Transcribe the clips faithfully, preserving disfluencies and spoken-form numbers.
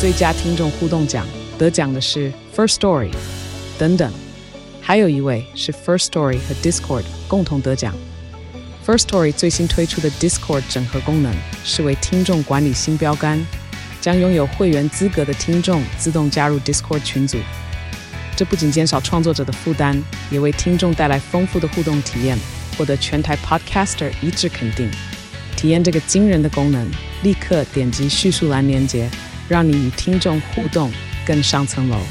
最佳听众互动奖，得奖的是 First Story 等等，还有一位是 First Story 和 Discord 共同得奖。First Story 最新推出的 Discord 整合功能是为听众管理新标杆，将拥有会员资格的听众自动加入 Discord 群组。这不仅减少创作者的负担，也为听众带来丰富的互动体验，获得全台 Podcaster 一致肯定。体验这个惊人的功能，立刻点击叙述栏连结，让你与听众互动更上层楼。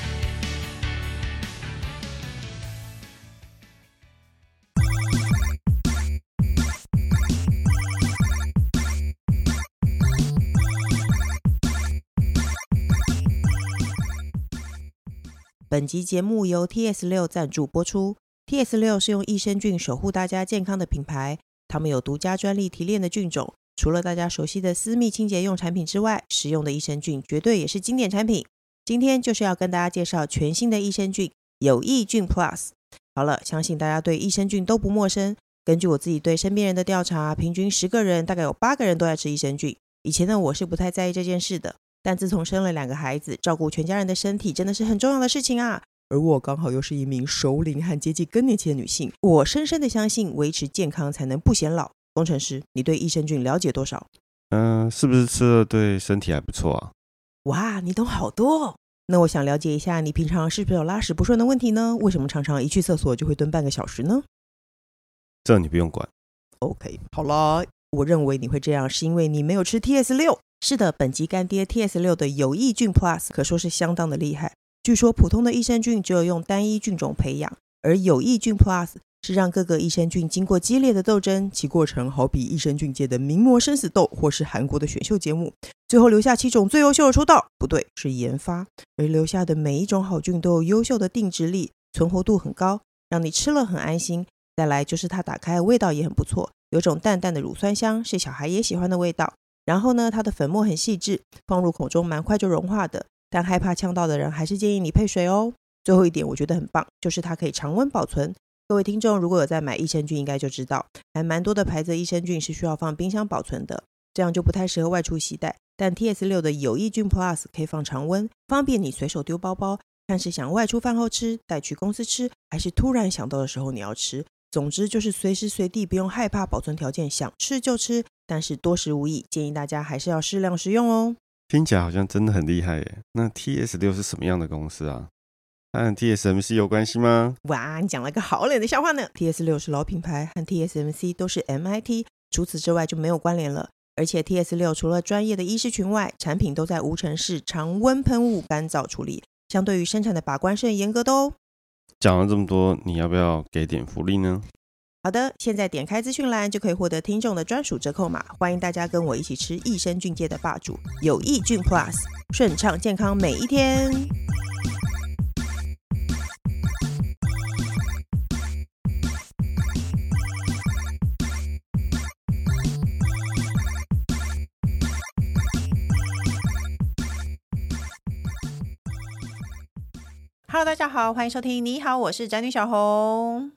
本集节目由 T S 六 赞助播出。 T S 六 是用益生菌守护大家健康的品牌，他们有独家专利提炼的菌种，除了大家熟悉的私密清洁用产品之外，实用的益生菌绝对也是经典产品。今天就是要跟大家介绍全新的益生菌有益菌 Plus。 好了，相信大家对益生菌都不陌生，根据我自己对身边人的调查，平均十个人大概有八个人都在吃益生菌。以前呢，我是不太在意这件事的，但自从生了两个孩子，照顾全家人的身体真的是很重要的事情啊。而我刚好又是一名熟龄和接近更年期的女性，我深深的相信维持健康才能不显老。工程师，你对益生菌了解多少？ 嗯、呃，是不是吃了对身体还不错啊？ 哇，你懂好多哦。那我想了解一下，你平常是不是有拉屎不顺的问题呢？为什么常常一去厕所就会蹲半个小时呢？ 这你不用管。 OK， 好了，我认为你会这样是因为你没有吃 T S 六。 是的，本集干爹 T S 六 的有益菌 Plus 可说是相当的厉害。据说普通的益生菌只有用单一菌种培养，而有益菌 Plus 是让各个益生菌经过激烈的斗争，其过程好比益生菌界的名模生死斗，或是韩国的选秀节目，最后留下七种最优秀的出道，不对，是研发，而留下的每一种好菌都有优秀的定植力，存活度很高，让你吃了很安心。再来就是它打开味道也很不错，有种淡淡的乳酸香，是小孩也喜欢的味道。然后呢，它的粉末很细致，放入口中蛮快就融化的，但害怕呛到的人还是建议你配水哦。最后一点我觉得很棒，就是它可以常温保存。各位听众如果有在买益生菌应该就知道，还蛮多的牌子的益生菌是需要放冰箱保存的，这样就不太适合外出携带。但 T S 六 的有益菌 Plus 可以放常温，方便你随手丢包包，看是想外出饭后吃，带去公司吃，还是突然想到的时候你要吃。总之就是随时随地不用害怕保存条件，想吃就吃，但是多食无益，建议大家还是要适量食用哦。 听起来好像真的很厉害耶。那 T S 六 是什么样的公司啊？和 T S M C 有关系吗？ 哇，你讲了个好冷的笑话呢。 T S 六 是老品牌，和 T S M C 都是 M I T， 除此之外就没有关联了。而且 T S 六 除了专业的医师群外，产品都在无尘室常温喷雾干燥处理，相对于生产的把关是很严格的哦。 讲了这么多，你要不要给点福利呢？ 好的，现在点开资讯栏就可以获得听众的专属折扣码，欢迎大家跟我一起吃益生菌界的霸主有益菌 Plus， 顺畅健康每一天。Hello， 大家好，欢迎收听你好，我是宅女小红。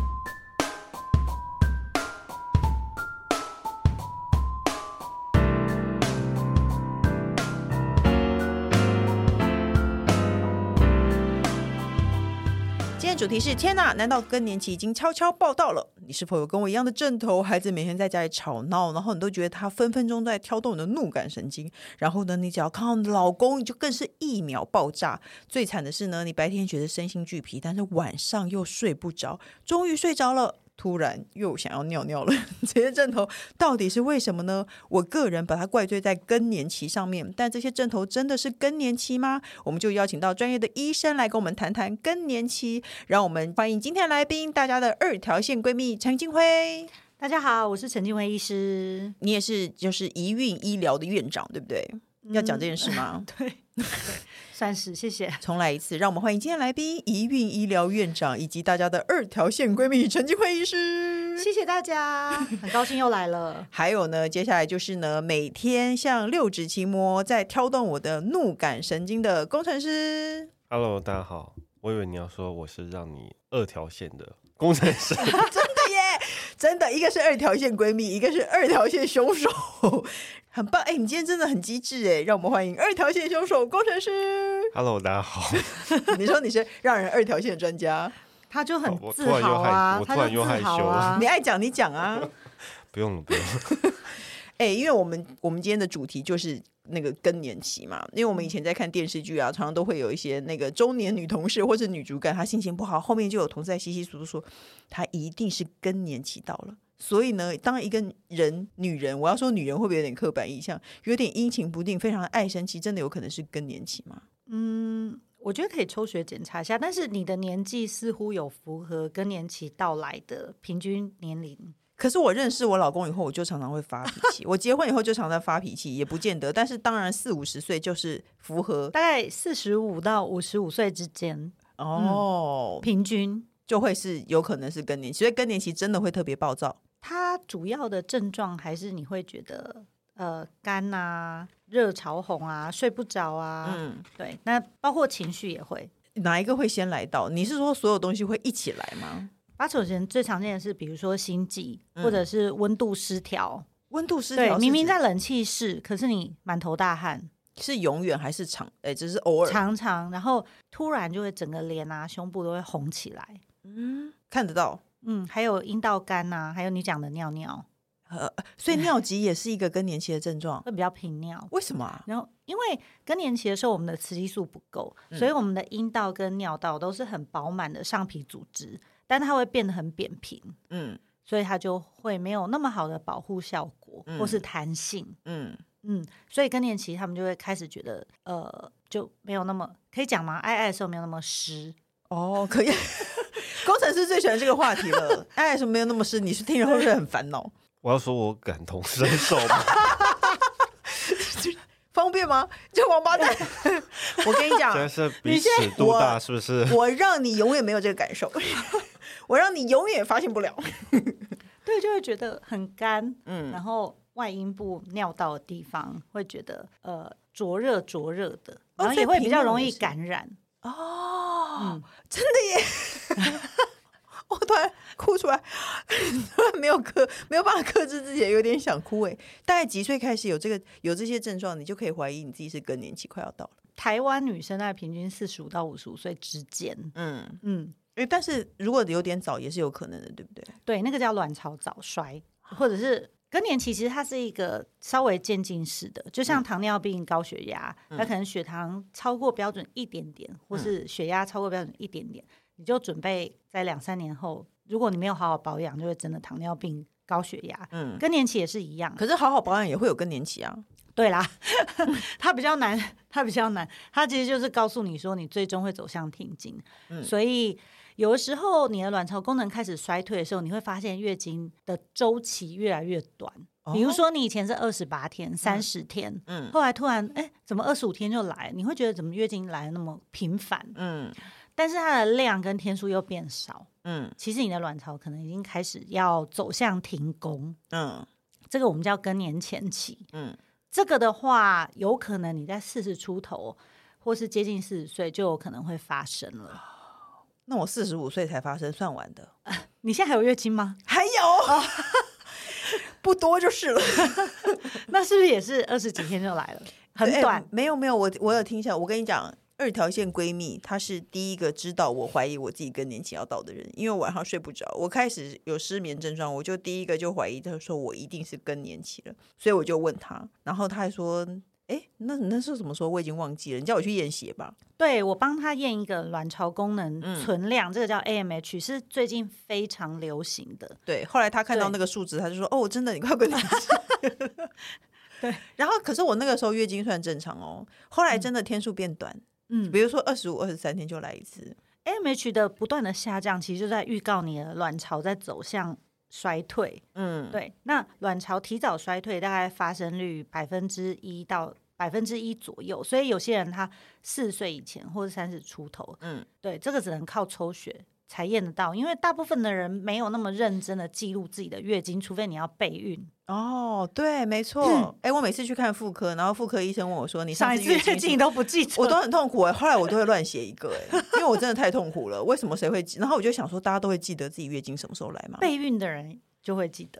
今天主题是天哪，难道更年期已经悄悄报到了？你是否有跟我一样的症头？孩子每天在家里吵闹，然后你都觉得他分分钟在挑动你的怒感神经，然后呢，你只要看到你的老公，你就更是一秒爆炸。最惨的是呢，你白天觉得身心俱疲，但是晚上又睡不着，终于睡着了，突然又想要尿尿了。这些症头到底是为什么呢？我个人把它怪罪在更年期上面，但这些症头真的是更年期吗？我们就邀请到专业的医生来跟我们谈谈更年期。让我们欢迎今天的来宾，大家的二条线闺蜜陈静辉。 大家好，我是陈静辉医师。 你也是就是宜孕医疗的院长对不对？嗯、要讲这件事吗？ 对对，算是，谢谢。 重来一次，让我们欢迎今天来宾宜孕医疗院长以及大家的二条线闺蜜陈静慧医师。 谢谢大家，很高兴又来了。 还有呢，接下来就是呢，每天像六指琴魔在挑动我的怒感神经的工程师。 Hello， 大家好。我以为你要说我是让你二条线的工程师。 真的耶，真的，一个是二条线闺蜜，一个是二条线凶手。 很棒哎！你今天真的很机智哎，让我们欢迎二条线凶手工程师。 Hello， 大家好。 你说你是让人二条线的专家， 他就很自豪啊， 我突然又害羞了。 你爱讲你讲啊， 不用了不用了。 哎、欸，因为我们我们今天的主题就是那个更年期嘛，因为我们以前在看电视剧啊，常常都会有一些那个中年女同事或是女主管，她心情不好，后面就有同事在稀稀疏疏说，她一定是更年期到了。所以呢，当一个人女人，我要说女人会不会有点刻板印象，有点阴晴不定，非常爱生气，真的有可能是更年期吗？ 嗯，我觉得可以抽血检查一下，但是你的年纪似乎有符合更年期到来的平均年龄。 可是我认识我老公以后，我就常常会发脾气。我结婚以后就常常发脾气，也不见得。但是当然四五十岁就是符合， 大概四十五到五十五岁之间哦、嗯， 平均就会是有可能是更年期。所以更年期真的会特别暴躁。 它主要的症状还是你会觉得呃干啊、热潮红啊、睡不着啊，嗯，对。那包括情绪也会， 哪一个会先来到？你是说所有东西会一起来吗？ 八九成最常见的是，比如说心悸，或者是温度失调。 温度失调， 对，明明在冷气室，可是你满头大汗， 是永远还是常？哎，只是偶尔， 常常，然后突然就会整个脸啊、胸部都会红起来。 嗯，看得到。 嗯，还有阴道干啊，还有你讲的尿尿。 呃，所以尿急也是一个更年期的症状， 会比较频尿。 为什么啊？ 然后因为更年期的时候，我们的雌激素不够，嗯、所以我们的阴道跟尿道都是很饱满的上皮组织，但它会变得很扁平，嗯，所以它就会没有那么好的保护效果，嗯、或是弹性，嗯嗯，所以更年期他们就会开始觉得，呃，就没有那么可以讲吗？爱爱的时候没有那么湿哦，可以。工程师最喜欢这个话题了，爱爱的时候没有那么湿，你是听了会不会很烦恼？ 我要说我感同身受吗？ 方便吗？就王八蛋！我跟你讲， 现在是彼此度大，是不是？ 我让你永远没有这个感受，我让你永远发现不了。 对，就会觉得很干，嗯，然后外阴部尿道的地方会觉得呃灼热灼热的，然后也会比较容易感染。哦，嗯， 真的耶！我突然哭出来，突然没有克没有办法克制自己，有点想哭哎。大概几岁开始有这个有这些症状，你就可以怀疑你自己是更年期快要到了。 台湾女生在平均四十五到五十五岁之间，嗯嗯，但是如果有点早也是有可能的，对不对？ 对，那个叫卵巢早衰，或者是更年期，其实它是一个稍微渐进式的，就像糖尿病、高血压，嗯、它可能血糖超过标准一点点，或是血压超过标准一点点。你就准备在两三年后，如果你没有好好保养，就会真的糖尿病、高血压。嗯，更年期也是一样。 可是好好保养也会有更年期啊。 对啦，它比较难，它比较难。它其实就是告诉你说，你最终会走向停经。嗯，所以有的时候你的卵巢功能开始衰退的时候，你会发现月经的周期越来越短。比如说你以前是二十八天、三十天，嗯，后来突然哎，怎么二十五天就来？你会觉得怎么月经来得那么频繁？嗯。但是它的量跟天数又变少，嗯，其实你的卵巢可能已经开始要走向停工，嗯，这个我们叫更年前期，嗯，这个的话，有可能你在四十出头，或是接近四十岁，就有可能会发生了。 那我四十五岁才发生，算晚的。 呃、你现在还有月经吗？ 还有，哦、不多就是了。 那是不是也是二十几天就来了？很短？ 欸、没有没有，我我有听一下，我跟你讲。二条线闺蜜，她是第一个知道我怀疑我自己更年期要到的人，因为晚上睡不着，我开始有失眠症状，我就第一个就怀疑，她说我一定是更年期了，所以我就问她，然后她还说，哎，那那是什么时候？我已经忘记了，你叫我去验血吧。 对，我帮她验一个卵巢功能存量，嗯、这个叫 A M H， 是最近非常流行的。 对，后来她看到那个数值，她就说，哦，真的，你快更年期。对，然后可是我那个时候月经算正常哦，后来真的天数变短。嗯，比如说二十五、二十三天就来一次。 A M H 的不断的下降，其实就在预告你的卵巢在走向衰退。嗯，对。那卵巢提早衰退，大概发生率百分之一到百分之一左右，所以有些人他四十岁以前或者三十出头，嗯，对，这个只能靠抽血才验得到，因为大部分的人没有那么认真的记录自己的月经，除非你要备孕。 哦，对，没错。哎、嗯欸，我每次去看妇科，然后妇科医生问我说：“你上次月经你都不记得？” 我都很痛苦哎、欸。后来我都会乱写一个哎、欸，因为我真的太痛苦了。为什么谁会记？然后我就想说，大家都会记得自己月经什么时候来吗？ 备孕的人就会记得啦。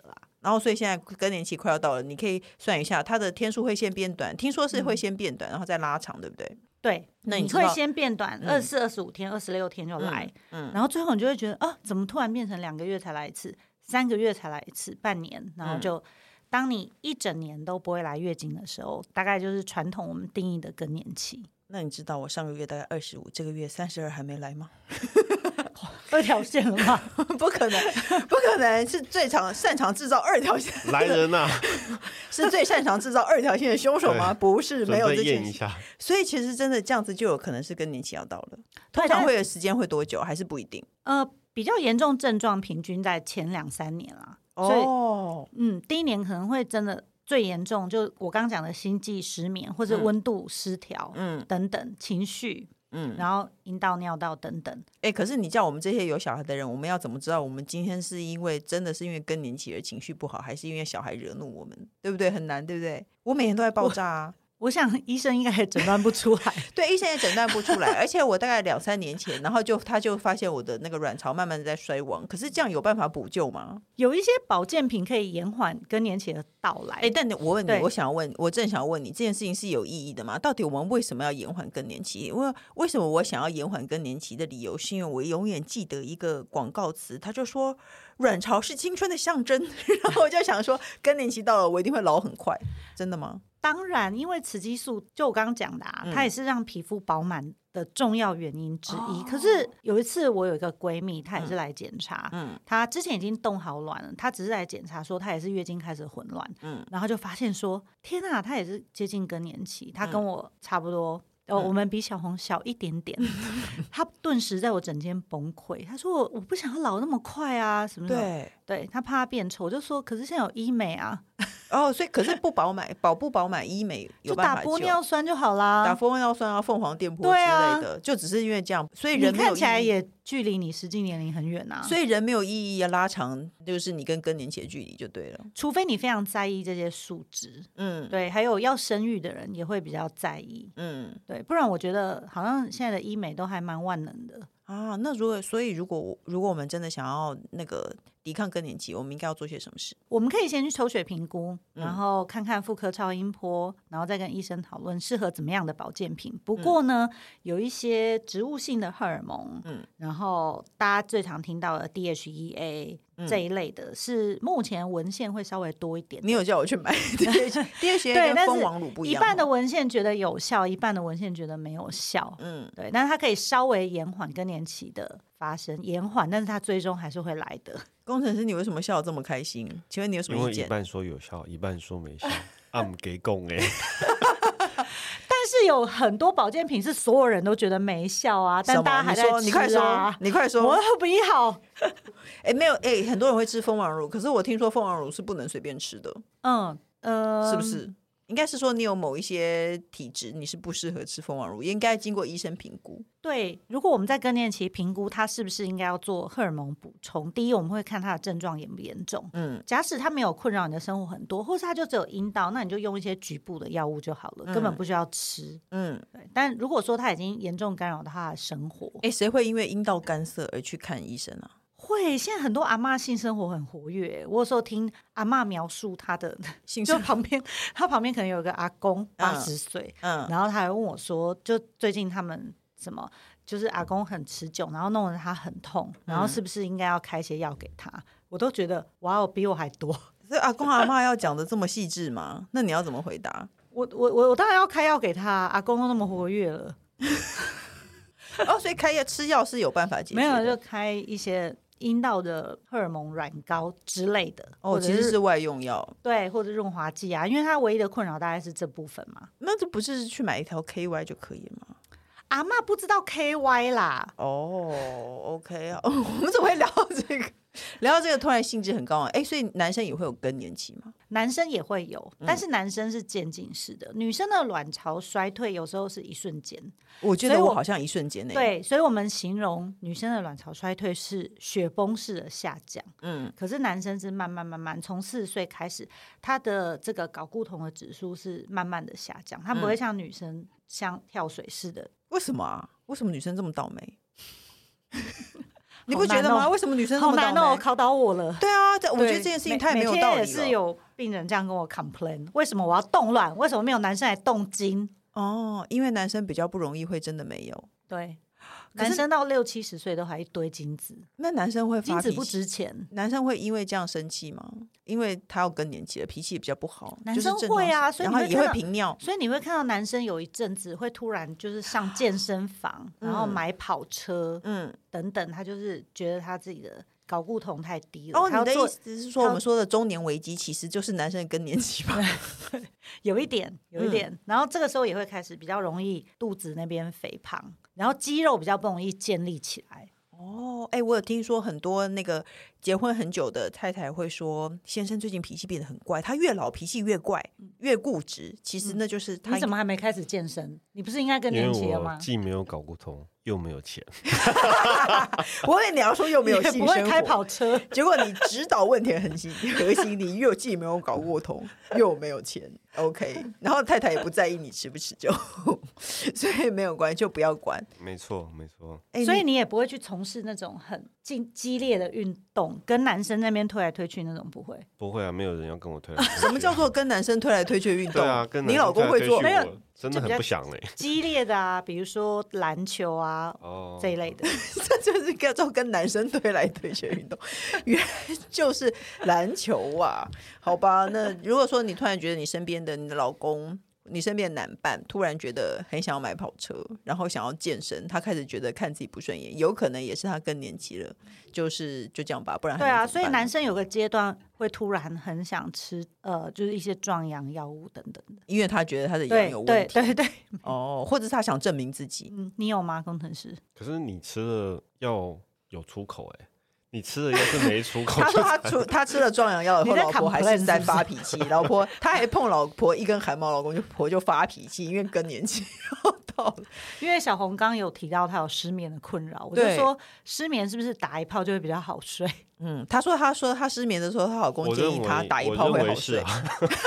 然后所以现在更年期快要到了，你可以算一下它的天数会先变短，听说是会先变短、嗯、然后再拉长，对不对？ 对， 那 你, 你会先变短，二十四、二十五天、二十六天就来、 嗯嗯， 然后最后你就会觉得啊，怎么突然变成两个月才来一次，三个月才来一次，半年，然后就、嗯、当你一整年都不会来月经的时候，大概就是传统我们定义的更年期。 那你知道我上个月大概二十五，这个月三十二还没来吗？ 二条线了吗？ 不可能，不可能，是最常擅长制造二条线来人啊！ 是最擅长制造二条线的凶手吗？不是，没有这件事。所以其实真的这样子就有可能是更年期要到了。通常会的时间会多久？还是不一定？ 呃，比较严重症状平均在前两三年啦。 哦， 嗯，第一年可能会真的最严重，就我刚刚讲的心悸、失眠或者温度失调，嗯，等等情绪。嗯，然后阴道、尿道等等。 哎、欸，可是你叫我们这些有小孩的人，我们要怎么知道我们今天是因为真的是因为更年期而情绪不好，还是因为小孩惹怒我们？对不对？很难，对不对？我每天都在爆炸啊！ 我, 我想医生应该也诊断不出来。 对，医生也诊断不出来。而且我大概两三年前，然后就他就发现我的那个卵巢慢慢的在衰亡。可是这样有办法补救吗？ 有一些保健品可以延缓更年期的到来。 哎，但我问你，我想问，我正想问你，这件事情是有意义的吗？到底我们为什么要延缓更年期？因为为什么我想要延缓更年期的理由，是因为我永远记得一个广告词，他就说卵巢是青春的象征。然后我就想说，更年期到了，我一定会老很快。真的吗？ 当然，因为雌激素就我刚刚讲的啊、嗯，它也是让皮肤饱满的重要原因之一、哦、可是有一次我有一个闺蜜，她也是来检查，嗯，她之前已经冻好卵了，她只是来检查说她也是月经开始混乱，嗯，然后就发现说天啊，她也是接近更年期，她跟我差不多、嗯哦、我们比小红小一点点。她顿时在我枕间崩溃，她说我我不想要老那么快啊什么的，对对，她怕她变丑，我就说可是现在有医美啊。 哦，所以可是不饱满，饱不饱满医美有办法救， 就打玻尿酸就好啦， 打玻尿酸啊、凤凰电波之类的、啊，就只是因为这样，所以人没有意义， 你看起来也距离你实际年龄很远啊， 所以人没有意义要拉长，就是你跟更年期的距离就对了， 除非你非常在意这些数值，嗯，对，还有要生育的人也会比较在意，嗯，对，不然我觉得好像现在的医美都还蛮万能的。 啊，那如果所以如果如果我们真的想要那个抵抗更年期，我们应该要做些什么事？ 我们可以先去抽血评估，然后看看妇科超音波，然后再跟医生讨论适合怎么样的保健品。不过呢、嗯、有一些植物性的荷尔蒙，嗯，然后大家最常听到的 D H E A、嗯、这一类的是目前文献会稍微多一点。 你有叫我去买 D H E A 跟蜂王乳不一样， 一半的文献觉得有效，一半的文献觉得没有效，嗯，对，但是它可以稍微延缓更年期的发生，延缓，但是它最终还是会来的。 工程师，你为什么笑得这么开心？请问你有什么意见？ 因为一半说有效，一半说没效，啊不给讲哎。 但是有很多保健品是所有人都觉得没效啊，但大家还在吃啊。 你快说，你快说， 我不要。 哎、欸，没有哎、欸，很多人会吃蜂王乳，可是我听说蜂王乳是不能随便吃的。嗯呃，是不是？应该是说你有某一些体质，你是不适合吃蜂王乳，也应该经过医生评估。 对，如果我们在更年期评估他是不是应该要做荷尔蒙补充，第一我们会看他的症状严不严重。嗯，假使他没有困扰你的生活很多，或是他就只有阴道，那你就用一些局部的药物就好了，嗯、根本不需要吃。嗯，对。但如果说他已经严重干扰到他的生活， 哎，谁会因为阴道干涩而去看医生啊？ 会，现在很多阿嬷性生活很活跃。我有时候听阿嬷描述她的性生活，就旁边她旁边可能有一个阿公八十岁，嗯，然后他还问我说，就最近他们什么，就是阿公很持久，然后弄得他很痛，然后是不是应该要开些药给他？我都觉得哇哦，比我还多。 所以阿公阿嬷要讲的这么细致吗？那你要怎么回答？ 我我我我当然要开药给他，阿公都那么活跃了。 哦，所以开药吃药是有办法解决的？ 没有，就开一些阴道的荷尔蒙软膏之类的。 哦，其实是外用药， 对，或者润滑剂啊，因为它唯一的困扰大概是这部分嘛。 那这不是去买一条 K Y 就可以了吗？ 阿嬷不知道 K Y 啦。 哦 ，OK 啊、哦，我们怎么会聊到这个？聊到这个突然兴致很高啊！哎，所以男生也会有更年期吗？ 男生也会有，但是男生是渐进式的，嗯、女生的卵巢衰退有时候是一瞬间。 我觉得我好像一瞬间、欸、 对，所以我们形容女生的卵巢衰退是雪崩式的下降。嗯，可是男生是慢慢慢慢，从四十岁开始，他的这个睾固酮的指数是慢慢的下降，他不会像女生像跳水似的。 为什么啊？为什么女生这么倒霉？ 你不觉得吗？为什么女生那好么倒霉？ 难哦，考倒我了。 对啊，我觉得这件事情太没有道理了。 每天也是有病人这样跟我 complain， 为什么我要冻卵？为什么没有男生来冻精？ 哦，因为男生比较不容易会真的没有。 对，男生到六七十岁都还一堆精子， 那男生会发脾气， 精子不值钱。 男生会因为这样生气吗？因为他要更年期了，脾气也比较不好。 男生会啊，所以然后也会频尿， 所以你会看到男生有一阵子会突然就是上健身房，嗯、然后买跑车，嗯，等等，他就是觉得他自己的睾固酮太低了。 哦，你的意思是说，我们说的中年危机其实就是男生的更年期吧？ 有一点，有一点、嗯。然后这个时候也会开始比较容易肚子那边肥胖，然后肌肉比较不容易建立起来。 哦，哎、欸，我有听说很多那个结婚很久的太太会说，先生最近脾气变得很怪，他越老脾气越怪，越固执。其实那就是他、 嗯、你怎么还没开始健身？你不是应该更年期了吗？ 因为我既没有睾固酮，又没有钱。 我以为你要说又没有性生活， 不会开跑车， 结果你指导问题的核心，核心你又既没有睾固酮，又没有钱。OK， 然后太太也不在意你吃不吃酒，所以没有关系，就不要管。 没错，没错。 欸、所以你也不会去从事那种很激烈的运动，跟男生那边推来推去那种，不会。 不会啊，没有人要跟我推来推去、啊。 什么叫做跟男生推来推去的运动？ 对啊，跟你老公会做？ 没有，真的很不想嘞、欸。 激烈的啊，比如说篮球啊，哦，这一类的， 这就是叫做跟男生推来推去的运动，原来就是篮球啊。好吧，那如果说你突然觉得你身边的你的老公，你身边的男伴突然觉得很想要买跑车，然后想要健身，他开始觉得看自己不顺眼，有可能也是他更年期了，就是就这样吧，不然对啊，所以男生有个阶段会突然很想吃呃，就是一些壮阳药物等等的， 因为他觉得他的阳有问题， 对对对对， 哦，或者是他想证明自己。 嗯，你有吗，工程师？ 可是你吃了药有出口哎、欸。你吃了要是没出口， 他说他出他吃了壮阳药以后，老婆还是在发脾气。老婆他还碰老婆一根汗毛，老公就婆就发脾气，因为更年期到了。 因为小红刚有提到他有失眠的困扰，我就说失眠是不是打一炮就会比较好睡？ 嗯，他说他说他失眠的时候，她老公建议他打一炮会好睡。啊、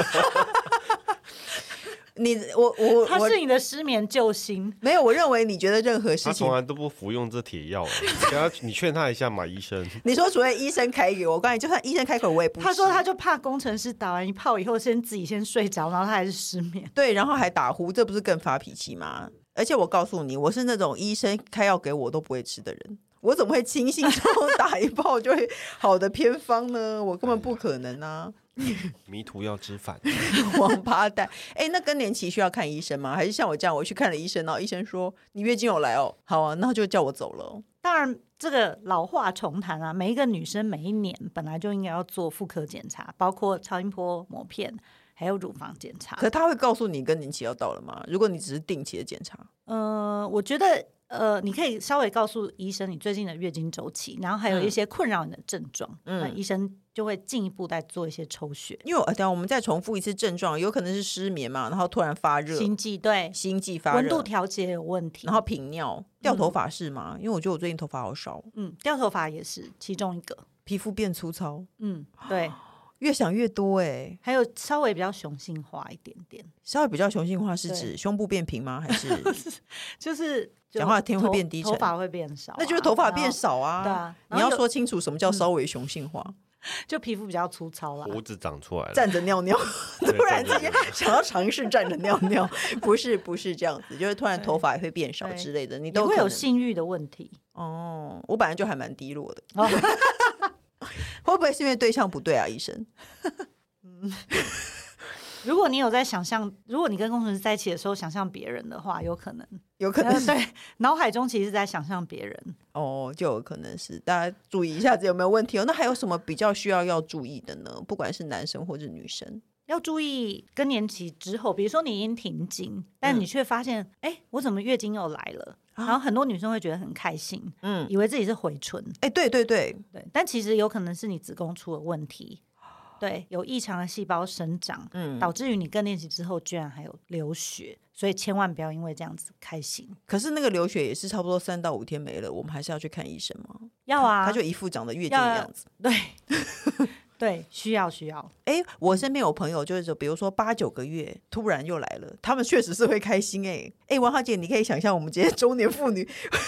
你我我他是你的失眠救星？ 没有，我认为你觉得任何事情，他从来都不服用这铁药。你劝他一下买医生。 你说除非医生开给我，我告诉你，就算医生开口我也不吃。 他说他就怕工程师打完一炮以后先自己先睡着，然后他还是失眠。 对，然后还打呼，这不是更发脾气吗？而且我告诉你，我是那种医生开药给我都不会吃的人。我怎么会轻信说打一炮就会好的偏方呢？我根本不可能啊！ 迷途要知返， 王八蛋！哎、欸，那更年期需要看医生吗？还是像我这样，我去看了医生，然后医生说你月经有来哦，好啊，那就叫我走了。 当然，这个老话重谈啊，每一个女生每一年本来就应该要做妇科检查，包括超音波、抹片，还有乳房检查。 可他会告诉你更年期要到了吗？如果你只是定期的检查， 呃，我觉得。呃，你可以稍微告诉医生你最近的月经周期，然后还有一些困扰你的症状，嗯，那医生就会进一步再做一些抽血。 因为等下我们再重复一次症状，有可能是失眠嘛，然后突然发热， 心悸，对， 心悸发热， 温度调节有问题， 然后频尿，掉头发是吗？嗯、因为我觉得我最近头发好少， 嗯，掉头发也是其中一个， 皮肤变粗糙， 嗯，对。 越想越多哎、欸， 还有稍微比较雄性化一点点， 稍微比较雄性化是指胸部变平吗？还是就是讲话天会变低沉， 头发会变少、啊， 那就是头发变少啊。 对啊， 你要说清楚什么叫稍微雄性化，嗯、 就皮肤比较粗糙啦， 胡子长出来了， 站着尿尿，突然之间想要尝试站着尿尿，不是不是这样子，就是突然头发也会变少之类的，你都会有性欲的问题哦。我本来就还蛮低落的。哦会不会是因为对象不对啊，医生？ 嗯，如果你有在想象，如果你跟工程师在一起的时候想象别人的话，有可能， 有可能是对，脑海中其实是在想象别人哦，就有可能是大家注意一下子有没有问题哦。那还有什么比较需要要注意的呢？不管是男生或者女生， 要注意更年期之后，比如说你已经停经，但你却发现，哎、嗯，我怎么月经又来了？然后很多女生会觉得很开心，嗯，以为自己是回春， 哎，对对对对，但其实有可能是你子宫出了问题，对，有异常的细胞生长，嗯，导致于你更年期之后居然还有流血，所以千万不要因为这样子开心。 可是那个流血也是差不多三到五天没了，我们还是要去看医生吗？ 要啊， 他就一副长得月经的样子， 对。对，需要需要。 哎，我身边有朋友就是比如说八九个月突然又来了，他们确实是会开心。哎哎，王浩姐，你可以想象我们这些中年妇女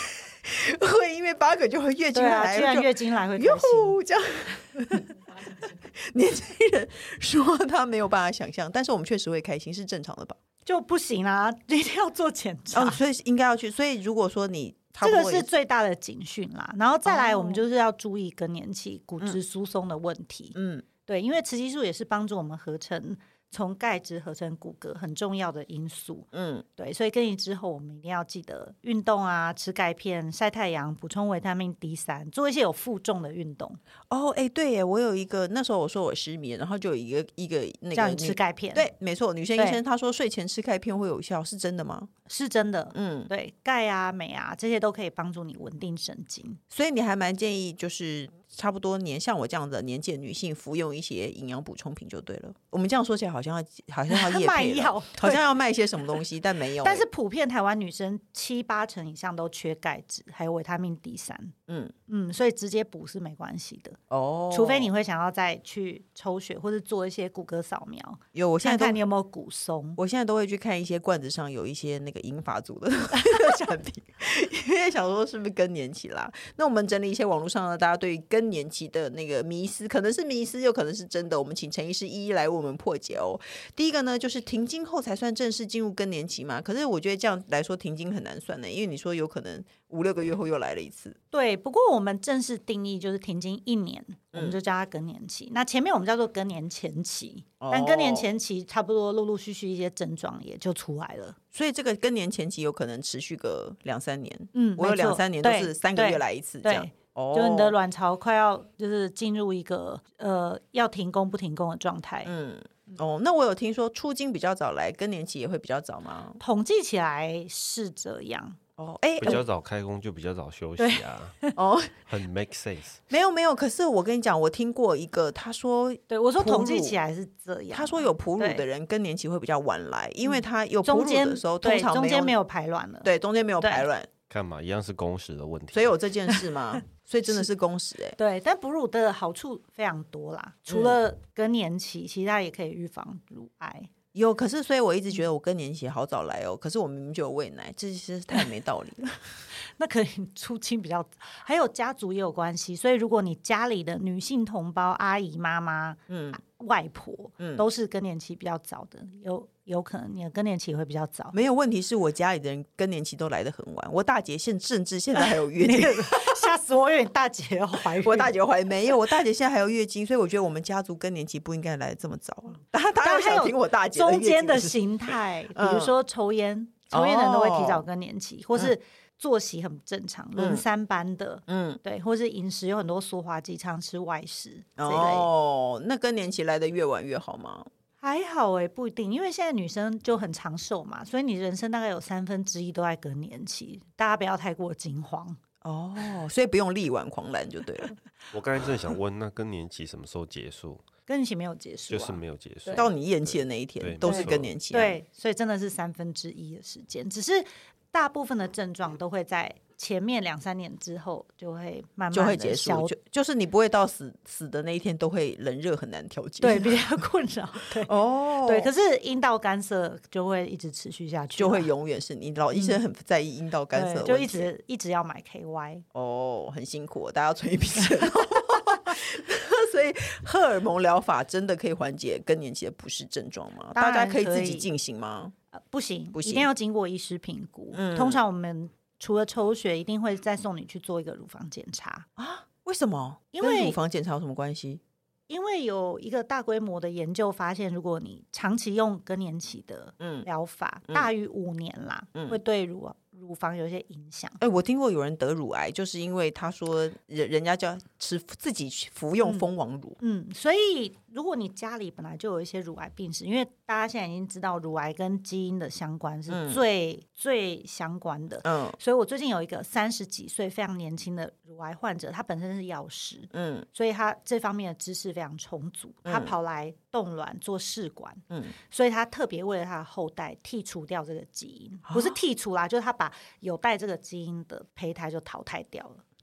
会因为八个就会月经来， 居然月经来会开心这样年轻人说他没有办法想象，但是我们确实会开心，是正常的吧？ 就不行啦，一定要做检查、 哦、所以应该要去。所以如果说你这个是最大的警讯啦，然后再来我们就是要注意更年期骨质疏松的问题。嗯，对，因为雌激素也是帮助我们合成从钙质合成骨骼很重要的因素。嗯，对，所以更年之后我们一定要记得运动啊，吃钙片，晒太阳，补充维他命 D 三，做一些有负重的运动。 哦，哎，对耶，我有一个那时候我说我失眠，然后就有一个一个那个叫你吃钙片。 对，没错，女生医生她说睡前吃钙片会有效，是真的吗？ 是真的。嗯，对，钙啊镁啊这些都可以帮助你稳定神经， 所以你还蛮建议就是差不多年像我这样的年纪的女性服用一些营养补充品就对了。我们这样说起来好像要好像要业配了好像要卖一些什么东西，但没有。 但是普遍台湾女生七八成以上都缺钙质还有维他命 D 三。嗯嗯，所以直接补是没关系的哦，除非你会想要再去抽血或者做一些骨骼扫描。 有，我现在看看你有没有骨松。 我现在都会去看一些罐子上有一些那个银发族的产品，因为想说是不是更年期啦。那我们整理一些网络上的大家对于更年期的那个迷思，可能是迷思又可能是真的，我们请陈医师一一来为我们破解哦。第一个呢，就是停经后才算正式进入更年期嘛？可是我觉得这样来说停经很难算呢，因为你说有可能五六个月后又来了一次。 对，不过我们正式定义就是停经一年，我们就叫它更年期。嗯、那前面我们叫做更年前期，哦、但更年前期差不多陆陆续续一些症状也就出来了。 所以这个更年前期有可能持续个两三年。嗯，我有两三年都是三个月来一次这样。 哦、就你的卵巢快要就是进入一个呃要停工不停工的状态。嗯。 哦，那我有听说出经比较早来，更年期也会比较早吗？ 统计起来是这样。 哦，哎，比较早开工就比较早休息啊。哦，很 make sense。 没有没有，可是我跟你讲，我听过一个，他说， 对我说统计起来是这样。 他说有哺乳的人更年期会比较晚来，因为他有哺乳的时候，通常中间没有排卵了。 对，中间没有排卵。 看嘛，一样是工时的问题。 所以有这件事吗？所以真的是工时哎、欸。 对，但哺乳的好处非常多啦，除了更年期，其实它也可以预防乳癌。 有，可是所以我一直觉得我更年期好早来哦，可是我明明就有喂奶，这其实太没道理了。 那可能出经比较早，还有家族也有关系，所以如果你家里的女性同胞、阿姨、妈妈、嗯、外婆、嗯、都是更年期比较早的，有有可能你的更年期会比较早。 没有问题，是我家里的人更年期都来得很晚，我大姐现甚至现在还有月经， 吓死我！以为你大姐要怀孕， 我大姐怀孕没有，我大姐现在还有月经，所以我觉得我们家族更年期不应该来得这么早。大家当然想听我大姐的中间的形态，比如说抽烟，抽烟的人都会提早更年期，或是作息很不正常，轮三班的，嗯，对，或是饮食有很多塑化剂，常吃外食这一类。 哦，那更年期来得越晚越好吗？ 还好哎、欸，不一定，因为现在女生就很长寿嘛，所以你人生大概有三分之一都在更年期，大家不要太过惊慌。 哦，所以不用力挽狂澜就对了。 我刚才正想问，那更年期什么时候结束？ 更年期没有结束、啊， 就是没有结束， 到你厌气的那一天都是更年期、啊。 对，所以真的是三分之一的时间，只是大部分的症状都会在前面两三年之后就会慢慢就会结束，就就是你不会到死死的那一天都会冷热很难调节， 对，比较困扰。对哦，对，可是阴道干涩就会一直持续下去， 就会永远是你老医生很在意阴道干涩的问题、 嗯，就一直一直要买 K Y 哦，很辛苦，大家要存一笔钱。所以荷尔蒙疗法真的可以缓解更年期的不适症状吗？大家可以自己进行吗？ 呃、不行，不行，一定要经过医师评估、嗯。通常我们除了抽血，一定会再送你去做一个乳房检查啊？为什么？因为跟乳房检查有什么关系？ 因为有一个大规模的研究发现，如果你长期用更年期的疗法，嗯、大于五年啦、嗯，会对乳乳房有一些影响。 哎、欸，我听过有人得乳癌，就是因为他说人人家叫吃自己服用蜂王乳。 嗯，嗯，所以如果你家里本来就有一些乳癌病史，因为大家现在已经知道乳癌跟基因的相关是最、嗯、最相关的。嗯，所以我最近有一个三十几岁非常年轻的乳癌患者，他本身是药师，嗯，所以他这方面的知识非常充足，他跑来冻卵做试管，嗯，所以他特别为了他的后代剔除掉这个基因，不是剔除啦，就是他把有带这个基因的胚胎就淘汰掉了。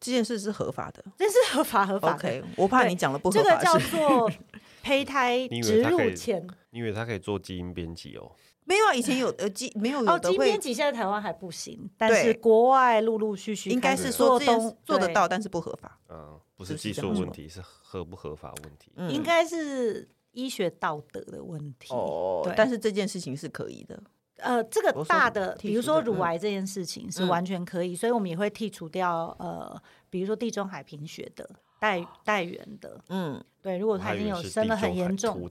这件事是合法的， 这是合法合法的。 OK， 我怕你讲了不合法的事。 这个叫做胚胎植入前。 你以为它可以做基因编辑哦？ 没有啊，以前有呃基没有有的会、哦、 基因编辑现在台湾还不行，但是国外陆陆续续应该是说这件做得到，但是不合法。 嗯，不是技术问题，是合不合法问题。 嗯、应该是医学道德的问题。 哦，但是这件事情是可以的。 呃，这个大的，比如说乳癌这件事情是完全可以，嗯、所以我们也会剔除掉呃，比如说地中海贫血的带带源的，嗯，对，如果他已经有生得很严重。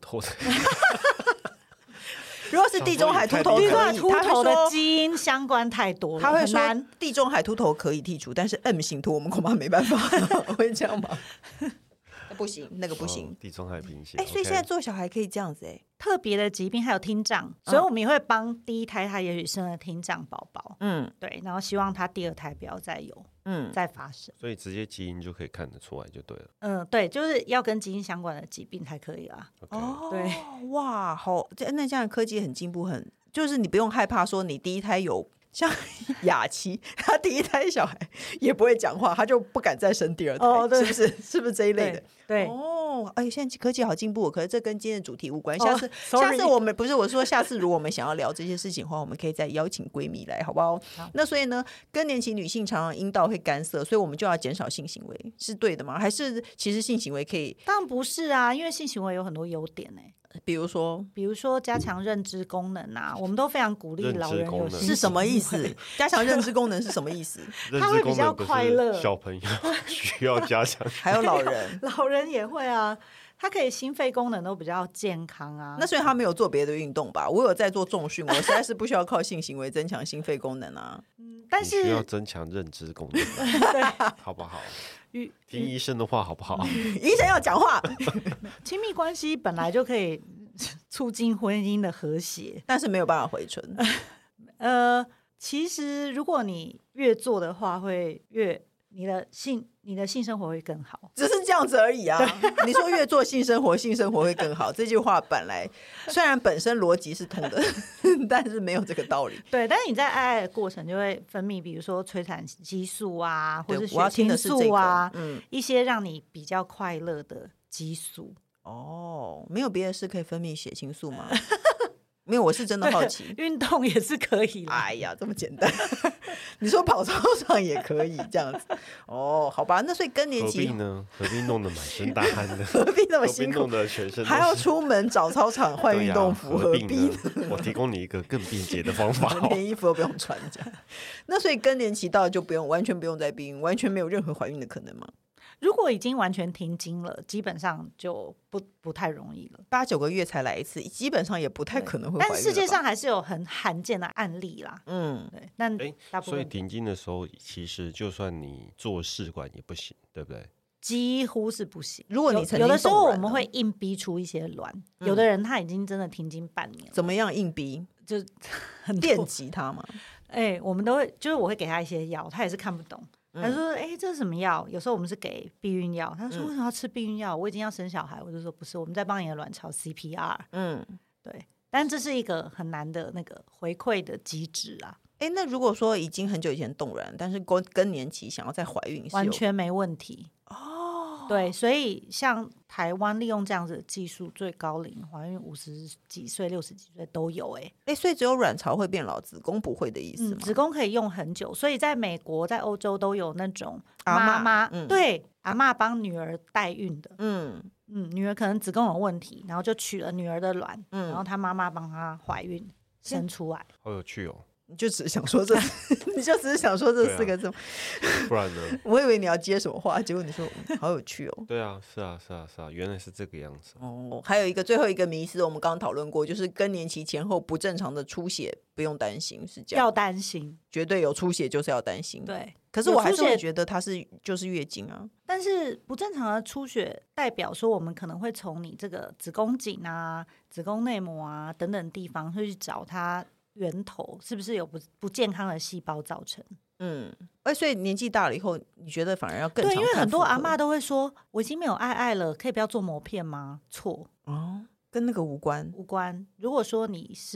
如果是地中海秃头可以， 地中海秃头的基因相关太多了， 他会说地中海秃头可以剔除，但是 M 型秃我们恐怕没办法，会这样吗？不行，那个不行。 哦、地中海贫血， 哎、欸，所以现在做小孩可以这样子哎、欸， 特别的疾病还有听障，所以我们也会帮第一胎他也许生了听障宝宝，嗯，对，然后希望他第二胎不要再有，嗯，再发生， 所以直接基因就可以看得出来就对了。 嗯，对，就是要跟基因相关的疾病才可以啦。 Okay. 哦，对，哇，好，那这样科技很进步，很就是你不用害怕说你第一胎有。像雅琪，他第一胎小孩也不会讲话，他就不敢再生第二胎，哦、是不是？是不是这一类的？ 对，对哦，哎，现在科技好进步，可是这跟今天的主题无关。下次，哦、下次我们不是我说，下次如果我们想要聊这些事情的话，我们可以再邀请闺蜜来，好不好？好，那所以呢，更年期女性常常阴道会干涩，所以我们就要减少性行为，是对的吗？还是其实性行为可以？ 当然不是啊，因为性行为有很多优点呢、欸。 比如说， 比如说加强认知功能啊，我们都非常鼓励老人有是什么意思？加强认知功能是什么意思？ 他会比较快乐。 小朋友需要加强， 还有老人， 老人也会啊。他可以心肺功能都比较健康啊。 那所以他没有做别的运动吧？我有在做重训，我实在是不需要靠性行为增强心肺功能啊。 嗯，但是你需要增强认知功能， 对， 好不好？听医生的话好不好？ 医生要讲话。 亲密关系本来就可以促进婚姻的和谐， 但是没有办法回春。 呃，其实如果你越做的话，会越你的性你的性生活会更好， 只是这样子而已啊。你说越做性生活，性生活会更好，这句话本来虽然本身逻辑是通的，但是没有这个道理。 对，但是你在爱爱的过程就会分泌，比如说催产激素啊，或者血清素啊，这个嗯、一些让你比较快乐的激素。 哦，没有别的事可以分泌血清素吗？没有，我是真的好奇。 运动也是可以啦。 哎呀，这么简单。你说跑操场也可以这样子哦？好吧，那所以更年期何必呢？何必弄得满身大汗的？ 何必那么辛苦？ 弄得全身还要出门找操场换运动服？何必呢？ 我提供你一个更便捷的方法、哦， 连衣服都不用穿这样。那所以更年期到就不用，完全不用再避孕，完全没有任何怀孕的可能吗？ 如果已经完全停经了，基本上就不不太容易了。 八九个月才来一次，基本上也不太可能会怀孕了吧。 但世界上还是有很罕见的案例啦。嗯，对。但大部分所以停经的时候，其实就算你做试管也不行，对不对？ 几乎是不行。 如果你曾经有的时候我们会硬逼出一些卵，嗯、有的人他已经真的停经半年了。 怎么样硬逼？ 就很电击他吗？ 哎、欸，我们都会，就是我会给他一些药，他也是看不懂。他说：“哎、欸，这是什么药？”有时候我们是给避孕药。他说：“为什么要吃避孕药？我已经要生小孩。”我就说：“不是，我们在帮你的卵巢 C P R。”嗯，对。但这是一个很难的那个回馈的机制啊。 哎、欸，那如果说已经很久以前冻卵，但是更更年期想要再怀孕， 完全没问题哦。对，所以像台湾利用这样子的技术，最高龄怀孕五十几岁、六十几岁都有、欸。哎， 哎，所以只有卵巢会变老，子宫不会的意思吗？ 嗯、子宫可以用很久，所以在美国、在欧洲都有那种妈妈，嗯、对，阿嬷帮女儿代孕的。嗯嗯，女儿可能子宫有问题，然后就取了女儿的卵，嗯、然后她妈妈帮她怀孕生出来。 好有趣哦！ 你就只是想说这，你就只是想说这四个字、啊， 不然呢？ 我以为你要接什么话，结果你说、嗯、好有趣哦。 对啊，是啊，是啊，是啊，原来是这个样子。 哦，还有一个最后一个迷思，我们刚刚讨论过，就是更年期前后不正常的出血不用担心，是这样？ 要担心， 绝对有出血就是要担心。 对， 可是我还是会觉得它是就是月经啊。 但是不正常的出血代表说，我们可能会从你这个子宫颈啊、子宫内膜啊等等地方会去找它。源头是不是有不不健康的细胞造成？嗯， 哎，所以年纪大了以后，你觉得反而要更常看妇科？ 对，因为很多阿嬷都会说，我已经没有爱爱了，可以不要做膜片吗？错哦， 跟那个无关， 无关。如果说你是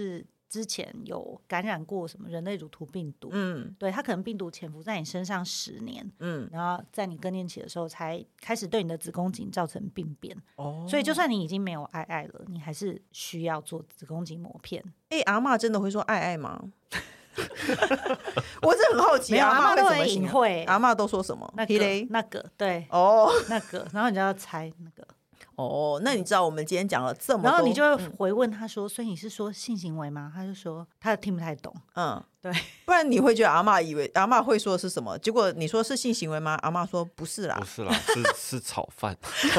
之前有感染过什么人类乳突病毒， 嗯， 对，它可能病毒潜伏在你身上十年， 嗯， 然后在你更年期的时候才开始对你的子宫颈造成病变， 哦， 所以就算你已经没有爱爱了，你还是需要做子宫颈抹片。 哎、阿嬷真的会说爱爱吗？我是很好奇， 没有阿嬷阿嬷都很会怎么形容隐晦阿嬷都说什么？ 那霹雳个那个对哦那个，然后你就要猜那个， 哦，那你知道我们今天讲了这么多， 然后你就会回问他说：“所以你是说性行为吗？”他就说他听不太懂。 嗯， 对， 不然你会觉得阿嬷以为阿嬷会说的是什么？结果你说是性行为吗？阿嬷说不是啦不，是啦，是是炒饭。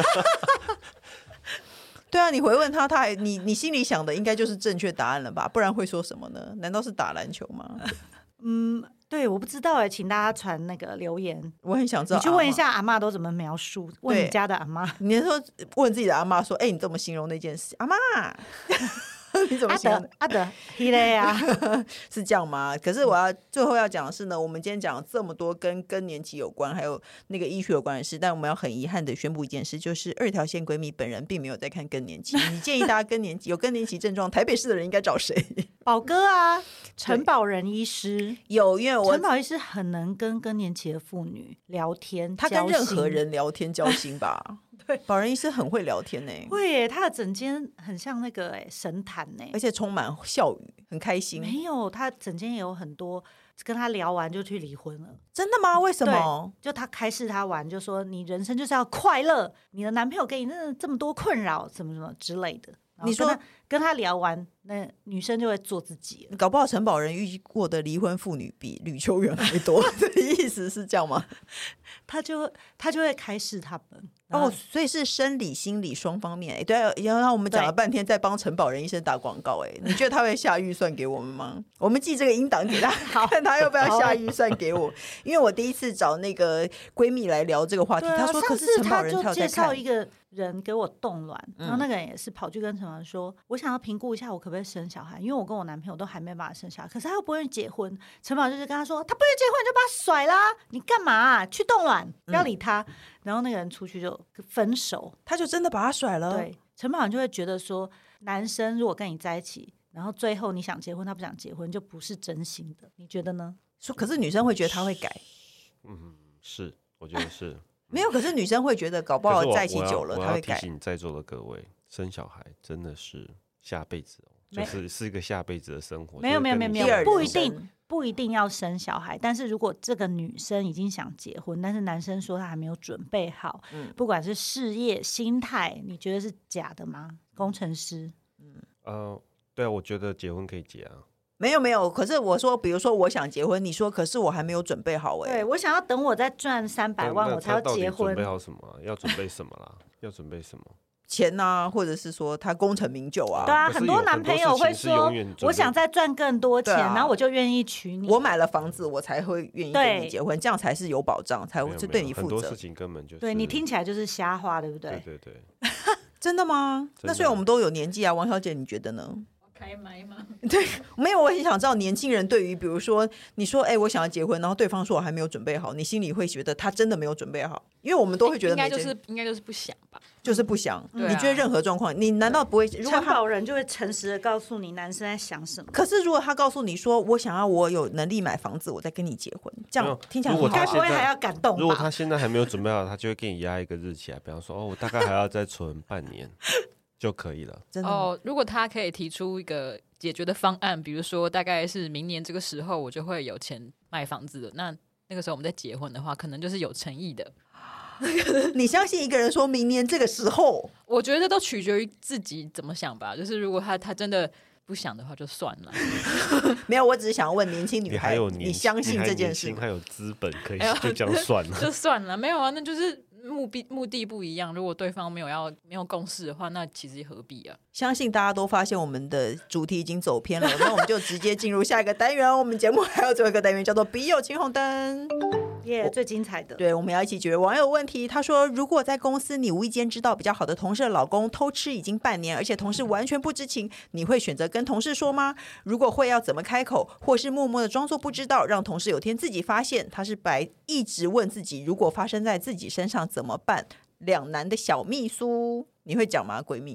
对啊，你回问他，他还你你心里想的应该就是正确答案了吧？不然会说什么呢？难道是打篮球吗？ 嗯，对，我不知道哎，请大家传那个留言， 我很想知道， 你去问一。下阿嬷都怎么描述，问你家的阿嬷。 你说问自己的阿嬷说：“哎、你怎么形容那件事？”阿嬷，你怎么阿形容德？阿德，希嘞啊， 是这样吗？可是我要最后要讲的是呢，我们今天讲了这么多跟更年期有关，还有那个医学有关的事，但我们要很遗憾的宣布一件事，就是二条线闺蜜本人并没有在看更年期。你建议大家更年期有更年期症状，台北市的人应该找谁？ 宝哥啊，陈宝仁医师。 有，因为我陈宝医师很能跟更年期的妇女聊天， 他跟任何交心人聊天交心吧。对，宝仁医师很会聊天呢、 会耶，他的整间很像那个哎神坛呢， 而且充满笑语，很开心。 没有，他整间也有很多跟他聊完就去离婚了。 真的吗？为什么？ 就他开示他玩，就说你人生就是要快乐，你的男朋友给你那这么多困扰，什么什么之类的。 你说跟他跟他聊完，那女生就会做自己了。 搞不好陈宝仁遇过的离婚妇女比吕秋远还多，的意思是这样吗？ 他就他就会开示他们。 哦，所以是生理、心理双方面。哎，对啊，然后我们讲了半天，在帮陈宝仁医生打广告。哎，你觉得他会下预算给我们吗？我们寄这个音档给他，看他要不要下预算给我。因为我第一次找那个闺蜜来聊这个话题， 对啊， 她说：“可是陈宝仁他就介他有在看。” 绍一个人给我冻卵，然后那个人也是跑去跟陈宝仁说：“我想要评估一下我可不可以生小孩，因为我跟我男朋友都还没办法生小孩，可是他又不愿意结婚。”陈宝仁就是跟他说：“他不愿意结婚，你就把他甩啦！你干嘛啊？去冻卵，不要理他。嗯”然后那个人出去就分手， 他就真的把他甩了。 对，陈宝仁就会觉得说，男生如果跟你在一起，然后最后你想结婚，他不想结婚，就不是真心的。你觉得呢？ 说，可是女生会觉得他会改。 嗯，是，我觉得是。 没有，可是女生会觉得搞不好在一起久了他会改。 我要提醒在座的各位，生小孩真的是下辈子哦，就是是一个下辈子的生活。 没有没有没有没有不一定不一定要生小孩，但是如果这个女生已经想结婚，但是男生说他还没有准备好，嗯、不管是事业心态，你觉得是假的吗？工程师， 嗯呃，对啊，我觉得结婚可以结啊。 没有没有，可是我说，比如说我想结婚，你说可是我还没有准备好。哎， 对我想要等我再赚三百万我才要结婚。 准备好什么、啊？要准备什么啦？要准备什么？ 钱啊，或者是说他功成名就啊。 对啊，很多男朋友会说，我想再赚更多钱，啊、然后我就愿意娶你。 我买了房子，我才会愿意跟你结婚，这样才是有保障，才会对你负责。 很多事情根本就是对你听起来就是瞎话，对不对？ 对对对。 真的吗？那虽然我们都有年纪啊，王小姐，你觉得呢？ 开麦吗？ 对，没有，我很想知道年轻人对于比如说你说哎、欸，我想要结婚，然后对方说我还没有准备好，你心里会觉得他真的没有准备好？因为我们都会觉得应该就是应该就是不想吧， 就是不想。 嗯、 你觉得任何状况，你难道不会？如果陈宝仁就会诚实的告诉你男生在想什么。 可是如果他告诉你说我想要我有能力买房子，我再跟你结婚，这样听起来很好， 该不会还要感动吧？ 如果他现在还没有准备好，他就会给你压一个日期来，比方说哦，我大概还要再存半年就可以了。 真的哦，如果他可以提出一个解决的方案，比如说大概是明年这个时候我就会有钱买房子的，那那个时候我们再结婚的话，可能就是有诚意的。 你相信一个人说明年这个时候？ 我觉得都取决于自己怎么想吧。就是如果他他真的不想的话，就算了。 没有，我只是想问年轻女孩， 你, 你相信这件事吗？ 还有资本可以就这样算了， 就算了。没有啊，那就是目的目的不一样。如果对方没有要没有共识的话，那其实何必啊？ 相信大家都发现我们的主题已经走偏了，那我们就直接进入下一个单元。我们节目还有最后一个单元叫做笔友青红灯。 耶、yeah, 最精彩的。 对，我们要一起解决网友问题。他说，如果在公司你无意间知道比较好的同事的老公偷吃已经半年，而且同事完全不知情，你会选择跟同事说吗？如果会，要怎么开口？或是默默的装作不知道，让同事有天自己发现？他是白一直问自己，如果发生在自己身上怎么办？两难的小秘书，你会讲吗？闺蜜，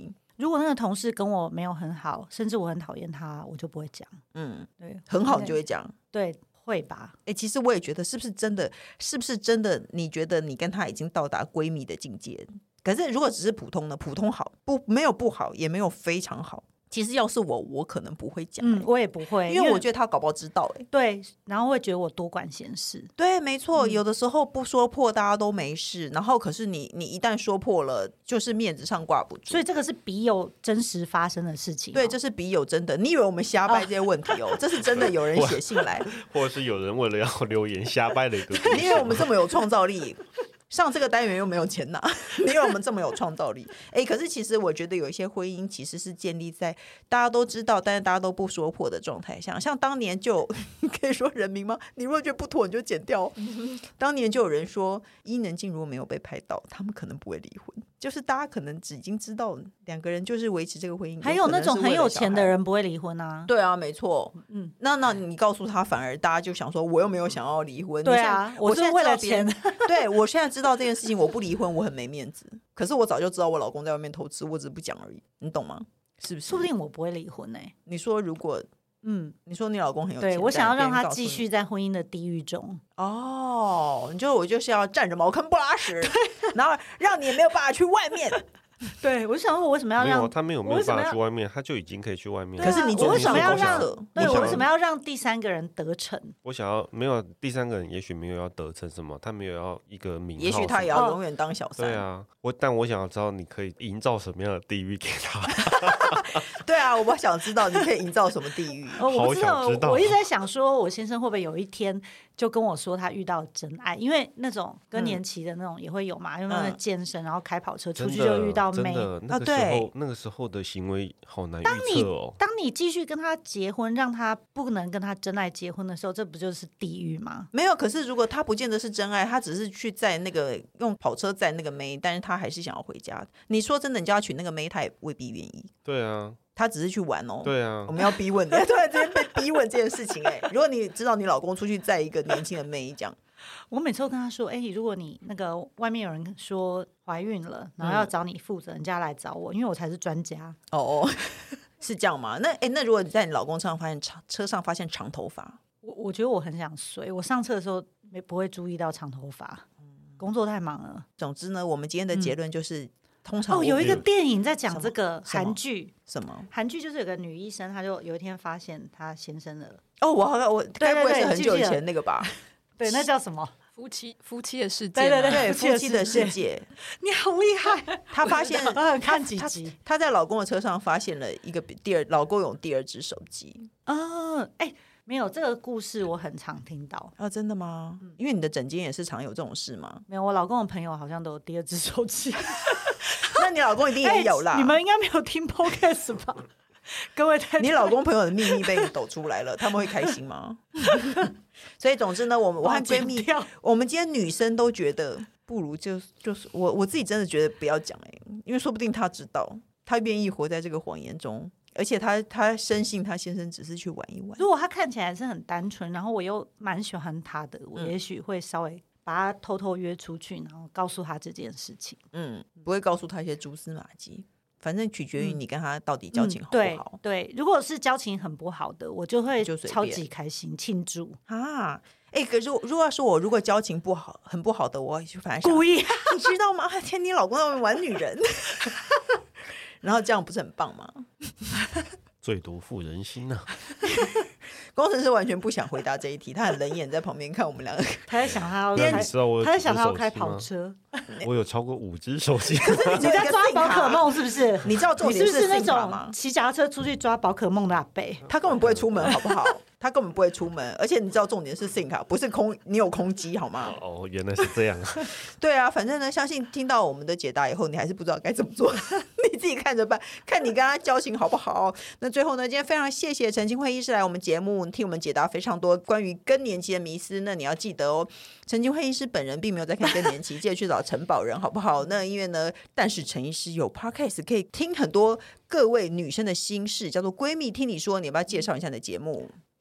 如果那个同事跟我没有很好，甚至我很讨厌他，我就不会讲。 嗯， 对， 很好你就会讲。 对，会吧？ 哎、欸，其实我也觉得，是不是真的？是不是真的？你觉得你跟他已经到达闺蜜的境界？可是如果只是普通的，普通好，不没有不好，也没有非常好。其实要是我，我可能不会讲、欸， 嗯，我也不会， 因为我觉得他搞不好知道、欸，哎， 对，然后会觉得我多管闲事， 对，没错、 嗯， 有的时候不说破大家都没事，然后可是你你一旦说破了，就是面子上挂不住， 所以这个是笔友真实发生的事情、哦， 对，这是笔友真的，你以为我们瞎掰这些问题哦？哦这是真的有人写信来， 或者是有人为了要留言瞎掰的一个故事， 你以为我们这么有创造力？上这个单元又没有钱拿，你以为我们这么有创造力？哎，可是其实我觉得有一些婚姻其实是建立在大家都知道，但是大家都不说破的状态下。像当年就可以说人名吗？你如果觉得不妥，你就剪掉。当年就有人说，伊能静如果没有被拍到，他们可能不会离婚。就是大家可能只已经知道两个人就是维持这个婚姻， 还有那种很有钱的人不会离婚啊。 对啊，没错。嗯，那那你告诉他，反而大家就想说，我又没有想要离婚。 对啊，我是为了钱。 对，我现在知道这件事情，我不离婚，我很没面子。可是我早就知道我老公在外面偷吃，我只是不讲而已，你懂吗？是不是？ 说不定我不会离婚呢、欸。 你说如果。嗯，你说你老公很有钱， 对，我想要让他继续在婚姻的地狱中。 哦，你就我就是要占着茅坑不拉屎，然后让你没有办法去外面。 对，我想说，我为什么要让没有他没有没有办法去外面，他就已经可以去外面。 可是你我为什么要让？对， 我为什么要让第三个人得逞？ 我想要没有第三个人，也许没有要得逞什么，他没有要一个名号， 也许他也要永远当小三。 对啊，我但我想要知道你可以营造什么样的地狱给他。 对啊，我想知道你可以营造什么地狱。 哦，我不知道， 好想知道。 我一直在想说，我先生会不会有一天就跟我说他遇到真爱？因为那种更年期的那种也会有嘛，因为那健身，然后开跑车出去就遇到妹。 那个时候，那个时候的行为好难预测哦。 当你继续跟他结婚，让他不能跟他真爱结婚的时候，这不就是地狱吗？ 没有，可是如果他不见得是真爱，他只是去载那个用跑车载那个妹，但是他还是想要回家。你说真的，你叫他娶那个妹，他也未必愿意。 对啊。 他只是去玩哦。 对啊， 我们要逼问你，突然之间被逼问这件事情哎、欸。如果你知道你老公出去载一个年轻的妹，这样， 我每次都跟他说，哎、欸，如果你那个外面有人说怀孕了，然后要找你负责，人家来找我，因为我才是专家。 哦，是这样吗？那哎、欸，那如果你在你老公车上发现长车上发现长头发， 我我觉得我很想睡，我上车的时候没不会注意到长头发，工作太忙了。 总之呢，我们今天的结论就是。嗯通常哦，有一个电影在讲这个韩剧， 什么？ 韩剧就是有个女医生，她就有一天发现她先生的哦，我好像我该不会是很久以前那个吧？ 对，那叫什么？ 夫妻夫妻的世界， 对对对对，夫妻的世界。 你好厉害！ 她发现看几集， 她在老公的车上发现了一个第二，老公有第二只手机。 哦，哎、欸，没有这个故事，我很常听到啊，真的吗？嗯、因为你的诊间也是常有这种事吗？ 没有，我老公的朋友好像都有第二只手机。 那你老公一定也有啦、 欸、你们应该没有听 podcast 吧？各位太太， 你老公朋友的秘密被你抖出来了，他们会开心吗？所以总之呢，我们我和闺蜜，我们今天女生都觉得不如就就是我我自己真的觉得不要讲哎、欸，因为说不定他知道，他愿意活在这个谎言中，而且他他深信他先生只是去玩一玩。 如果他看起来是很单纯，然后我又蛮喜欢他的，我也许会稍微把他偷偷约出去，然后告诉他这件事情。 嗯，不会告诉他一些蛛丝马迹。反正取决于你跟他到底交情好不好。 嗯、对, 对，如果是交情很不好的，我就会超级开心庆祝啊！哎、欸，可是如果是我，如果交情不好、很不好的，我就反正故意， 你知道吗？天，你老公在外面玩女人，然后这样不是很棒吗？ 最毒妇人心啊！ 工程师完全不想回答这一题，他很冷眼在旁边看我们两个。 他在想他要开，你知道我他在想他要开跑车。 我有超过五只手机。 你在抓宝可梦是不是？ 你知道重点是, 是, 是那种骑脚踏车出去抓宝可梦的阿伯， 他根本不会出门，好不好？他根本不会出门，而且你知道重点是 SIM 卡，不是空，你有空机好吗？ 哦，原来是这样。 对啊，反正呢，相信听到我们的解答以后，你还是不知道该怎么做，你自己看着办，看你跟他交情好不好。那最后呢，今天非常谢谢陈清慧医师来我们节目，替我们解答非常多关于更年期的迷思。那你要记得哦，陈清慧医师本人并没有在看更年期，记得去找陈保仁好不好？那因为呢，但是陈医师有 podcast 可以听很多各位女生的心事，叫做闺蜜听你说，你要不要介绍一下你的节目？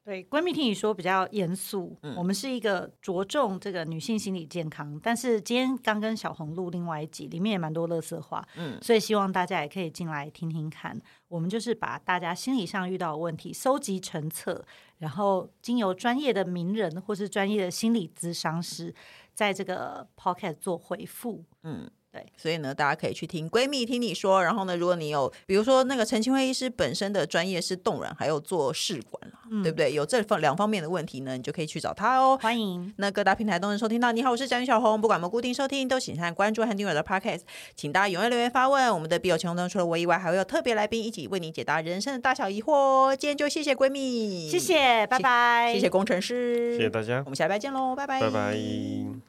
对，闺蜜听你说比较严肃、 嗯、 我们是一个着重这个女性心理健康，但是今天刚跟小红录另外一集，里面也蛮多垃圾话，嗯，所以希望大家也可以进来听听看。我们就是把大家心理上遇到的问题收集成册，然后经由专业的名人或是专业的心理咨商师在这个 podcast 做回复。 嗯，对，所以呢，大家可以去听闺蜜听你说。然后呢，如果你有比如说那个陈清慧医师本身的专业是冻卵还有做试管、嗯、对不对？有这两方面的问题呢，你就可以去找他哦。 欢迎。 那各大平台都能收听到。你好，我是蒋女小红。不管我们固定收听，都请按关注和订阅我的 podcast。请大家踊跃留言发问。我们的笔友情红灯除了我以外，还会有特别来宾一起为你解答人生的大小疑惑。今天就谢谢闺蜜， 谢谢，拜拜。 谢谢工程师， 谢谢大家， 我们下礼拜见喽，拜拜， 拜拜。